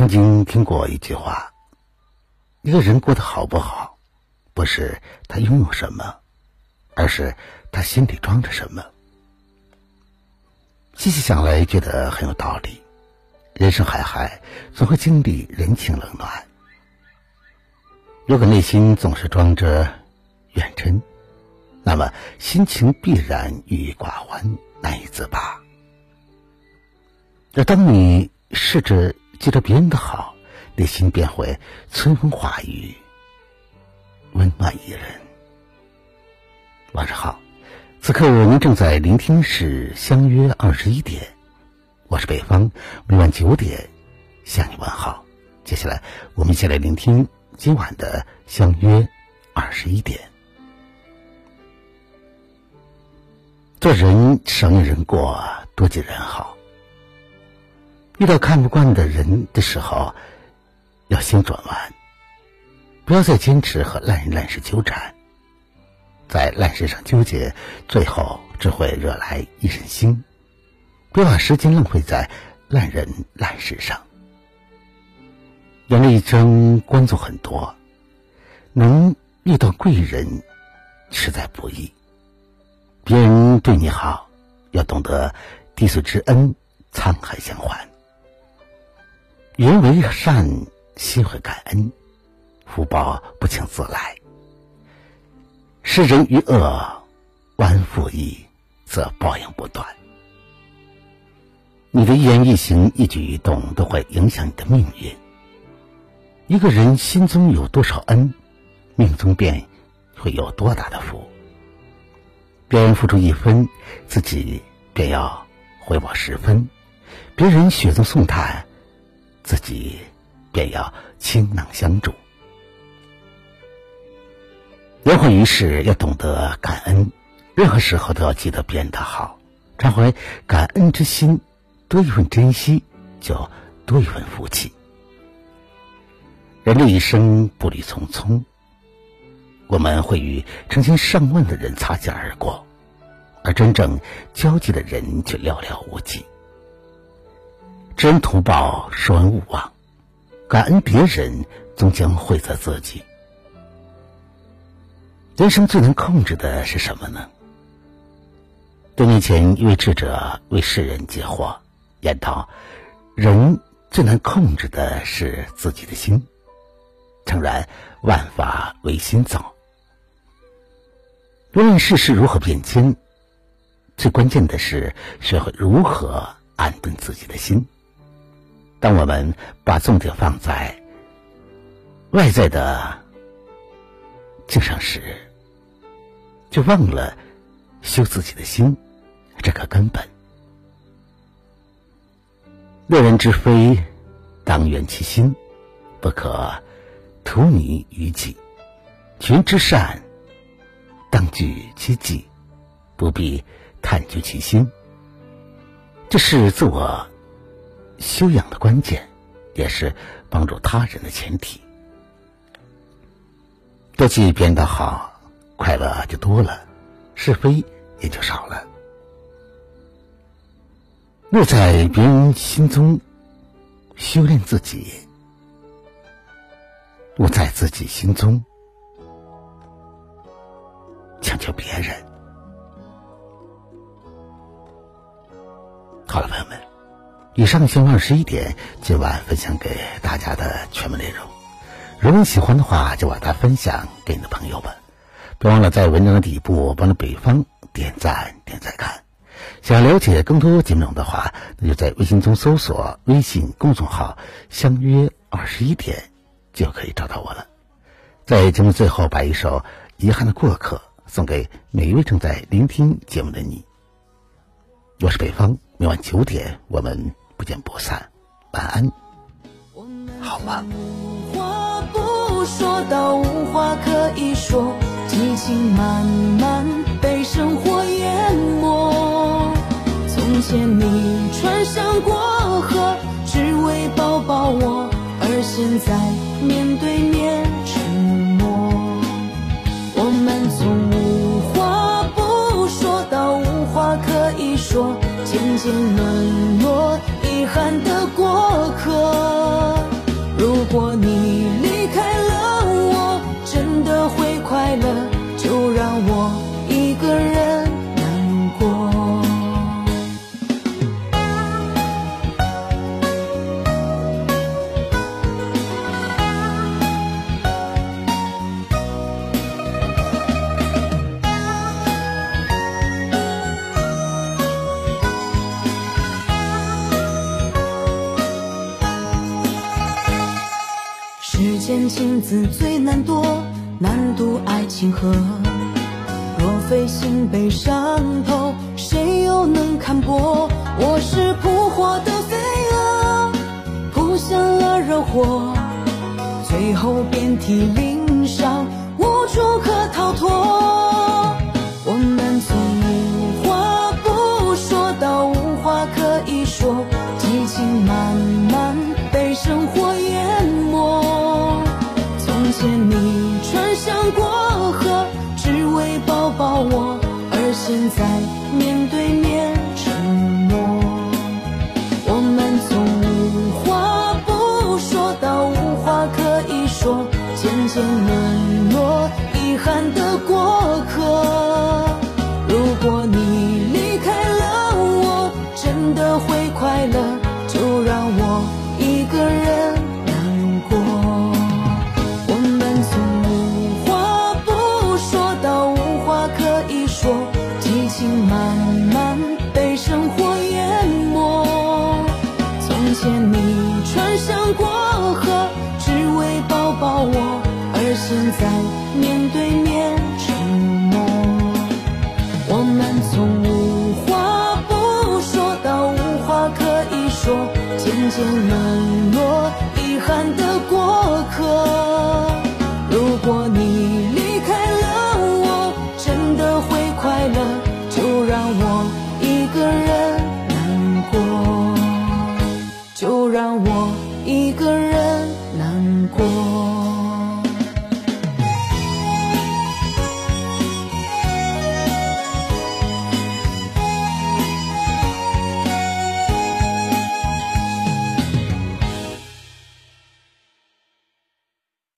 曾经听过一句话，一个人过得好不好，不是他拥有什么，而是他心里装着什么。细细想来，觉得很有道理。人生海海，总会经历人情冷暖。如果内心总是装着怨嗔，那么心情必然郁郁寡欢，难以自拔。而当你试着记着别人的好，内心便会春风化雨，温暖一人。晚上好，此刻您正在聆听是相约21点，我是北方，每晚9点向你问好。接下来我们一起来聆听今晚的相约21点。做人少念人过，多记人好。遇到看不惯的人的时候，要先转弯，不要再坚持和烂人烂事纠缠。在烂事上纠结，最后只会惹来一身腥。别把时间浪费在烂人烂事上。人的一生关注很多，能遇到贵人实在不易。别人对你好，要懂得滴水之恩，沧海相还。人为善，心会感恩，福报不请自来。施人于恶，万复义，则报应不断。你的一言一行一举一动都会影响你的命运。一个人心中有多少恩，命中便会有多大的福。别人付出1分，自己便要回报10分；别人雪中送炭，自己便要倾囊相助。人活于世，要懂得感恩，任何时候都要记得别人的好，常怀感恩之心，多一份珍惜，就多一份福气。人的一生步履匆匆，我们会与成千上万的人擦肩而过，而真正交际的人却寥寥无几。知恩图报，受恩勿忘，感恩别人，终将惠泽自己。人生最难控制的是什么呢？多年前一位智者为世人解惑，言道：人最难控制的是自己的心。诚然，万法唯心造。无论世事如何变迁，最关键的是学会如何安顿自己的心。当我们把重点放在外在的境上时，就忘了修自己的心这个根本。乐人之非，当圆其心，不可图泥于己。群之善，当具其己，不必探究其心。这是自我修养的关键，也是帮助他人的前提。多记别人的好，快乐就多了，是非也就少了。若在别人心中修炼自己，勿在自己心中强求别人。好了，朋友们，以上相约21点今晚分享给大家的全部内容。如果你喜欢的话，就把它分享给你的朋友们。别忘了在文章的底部帮着北方点赞点赞看。想了解更多节目内容的话，那就在微信中搜索微信公众号相约21点就可以找到我了。在节目最后，把一首遗憾的过客送给每一位正在聆听节目的你。我是北方，每晚9点我们不见不散。晚安，好吗？ 无话不说到无话可以说，激情慢慢被生活淹没。从前你穿山过河，只为抱抱我，而现在面对面沉默。我们从无话不说到无话可以说，渐渐沦落遗憾的过客。 见情字最难夺，难渡爱情河。若非心被伤透，谁又能看破？我是扑火的飞蛾，扑向了热火，最后遍体鳞伤，无处可逃脱。我们从无话不说到无话可以说，激情慢慢被生活淹没。从前你穿山过河，只为抱抱我，而现在面对面沉默。我们从无话不说到无话可以说，渐渐沦落遗憾的过客。如果你离开了我，真的会快乐，就让我一个人难过。我们从无话不说到无话可以说，激情慢慢被生活淹没。从前你穿山过河，只为抱抱我，而现在面对面沉默。我们从无话不说到无话可以说，渐渐沦落遗憾的过客。如果你离开了我，真的会快乐，就让我一个人难过，就让我一个人难过。